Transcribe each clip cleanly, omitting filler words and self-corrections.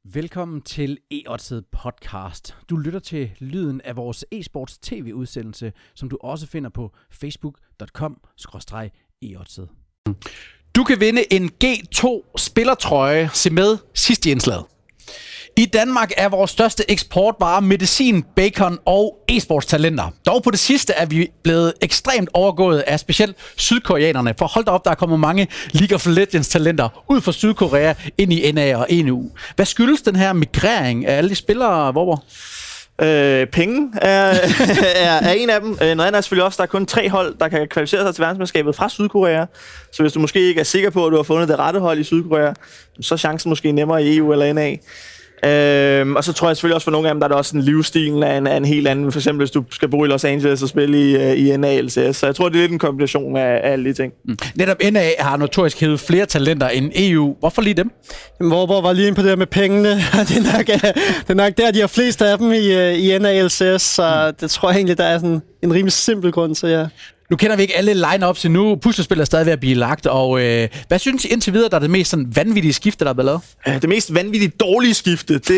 Velkommen til eOdset podcast. Du lytter til lyden af vores e-sports tv-udsendelse, som du også finder på facebook.com/eOdset. Du kan vinde en G2 spillertrøje. Se med sidst i indslaget. I Danmark er vores største eksportvare medicin, bacon og e-sports talenter. Dog på det sidste er vi blevet ekstremt overgået af specielt sydkoreanerne. For hold da op, der er kommet mange League of Legends talenter ud fra Sydkorea ind i NA og NU. Hvad skyldes den her migrering af alle de spillere, Vorborg? Penge er en af dem. Noget andet er selvfølgelig også, der er kun 3 hold, der kan kvalificere sig til verdensmesterskabet fra Sydkorea. Så hvis du måske ikke er sikker på, at du har fundet det rette hold i Sydkorea, så er chancen måske nemmere i EU eller NA. Og så tror jeg selvfølgelig også for nogle af dem, der er der også en livsstil af en helt anden. For eksempel hvis du skal bo i Los Angeles og spille i NA LCS. Så jeg tror, det er lidt en kombination af alle de ting. Netop NA har notorisk hævet flere talenter end EU. Hvorfor lige dem? Vorborg var lige inde på det her med pengene. Det er nok der, de har flest af dem i NA LCS. Så det tror jeg egentlig, der er sådan en rimelig simpel grund til, ja. Nu kender vi ikke alle line-ups endnu. Puslespil er stadig ved at blive lagt. Og hvad synes I indtil videre, der er det mest sådan vanvittige skifte, der er blevet lavet? Det mest vanvittigt dårlige skifte, det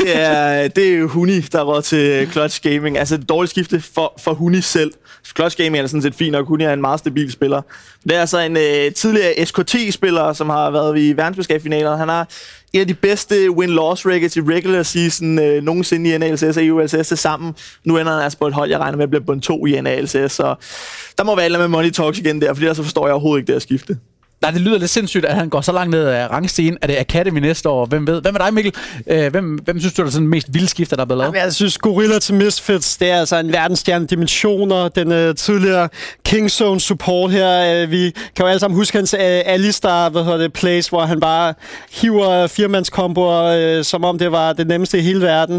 er Huni, der råd til Clutch Gaming. Altså det dårlige skifte for Huni selv. Clutch Gaming er sådan set fint nok. Huni er en meget stabil spiller. Det er altså en tidligere SKT-spiller, som har været i verdensmesterskabsfinaler. Han har en af de bedste win-loss records i regular season nogensinde i NALCS og EU-LCS til sammen. Nu ender han altså på et hold, jeg regner med at blive bundet 2 i NALCS, så der må være med money talks igen der, fordi så forstår jeg overhovedet ikke det at skifte. Nej, det lyder lidt sindssygt, at han går så langt ned af rangstigen. Er det Academy næste år? Hvem ved? Hvad med dig, Mikkel? Hvem synes du er sådan mest vilde skifter, der er blevet lavet? Jamen, jeg synes, Gorilla til Misfits, det er altså en verdensstjerne dimensioner. Den tidligere Kingzone support her. Vi kan jo alle sammen huske hans Alistar, place, hvor han bare hiver 4-mandskomboer, som om det var det nemmeste i hele verden.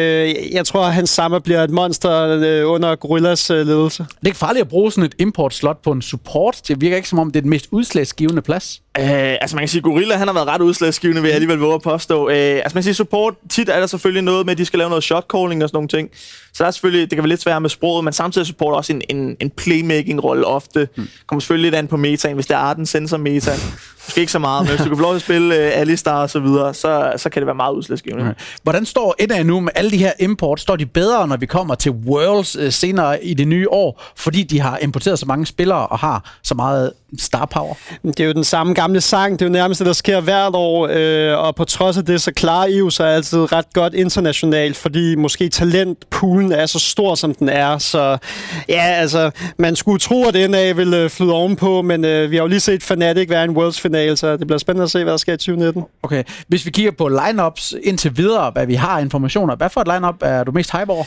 Jeg tror, at hans samme bliver et monster under Gorillas ledelse. Det er ikke farligt at bruge sådan et import-slot på en support. Det virker ikke som om, det er den mest udslagsgivende plads. Altså man kan sige, Gorilla han har været ret udslagsgivende, vil jeg alligevel våge at påstå. Altså man kan sige, support, tit er der selvfølgelig noget med, at de skal lave noget shot-calling og sådan nogle ting. Så der er selvfølgelig, det kan være lidt svært med sproget, men samtidig support også en playmaking-rolle ofte. Kommer selvfølgelig lidt an på metaen, hvis det er Arden sensor meta. Måske ikke så meget, men hvis du kan få lov til at spille Alistar og så videre, så kan det være meget udslagsgivende. Okay. Hvordan står NA nu med alle de her imports? Står de bedre, når vi kommer til Worlds senere i det nye år, fordi de har importeret så mange spillere og har så meget star power? Det er jo den samme gamle sang. Det er jo nærmest det, der sker hvert år, og på trods af det, så klarer EU sig altid ret godt internationalt, fordi måske talentpoolen er så stor, som den er. Så ja, altså, man skulle tro, at NA ville flyde ovenpå, men vi har jo lige set Fnatic være en Worlds-final, så det bliver spændende at se, hvad der sker i 2019. Okay, hvis vi kigger på lineups indtil videre, hvad vi har informationer, hvad for et lineup er du mest hype over?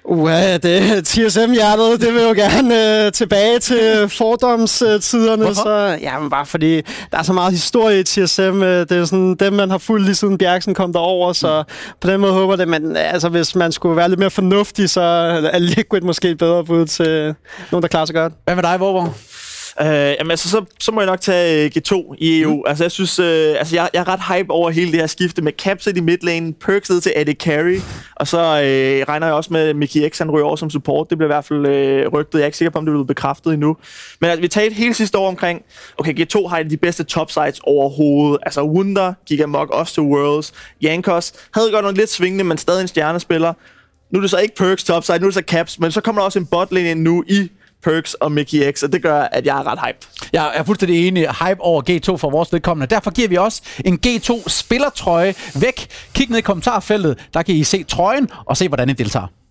Det er TSM-hjertet. Det vil jo gerne tilbage til fordomstiderne. Så, men bare fordi der er så meget historie i TSM. Det er sådan dem, man har fulgt lige siden Bjergsen kom derover, så på den måde håber det, men altså, hvis man skulle være lidt mere fornuftig, så er Liquid måske et bedre bud til nogen, der klarer sig godt. Hvad med dig, Vorborg? Jamen altså, så må jeg nok tage G2 i EU. Altså jeg synes, jeg er ret hype over hele det her skifte med Capset i midlane, Perks ned til AD Carry, og så regner jeg også med, at Mickey X han ryger over som support. Det bliver i hvert fald rygtet. Jeg er ikke sikker på, om det bliver bekræftet endnu. Men altså, vi talte hele sidste år omkring, okay, G2 har de bedste topsides overhovedet. Altså Wunder gik amok også til Worlds. Jankos havde godt nogle lidt svingende, men stadig en stjernespiller. Nu er det så ikke Perks topside, nu er det så Caps, men så kommer der også en botlane ind nu i Perks og Mickey X, og det gør, at jeg er ret hyped. Jeg er fuldstændig enig. Hype over G2 for vores vedkommende. Derfor giver vi også en G2 spillertrøje væk. Kig ned i kommentarfeltet, der kan I se trøjen og se, hvordan I deltager.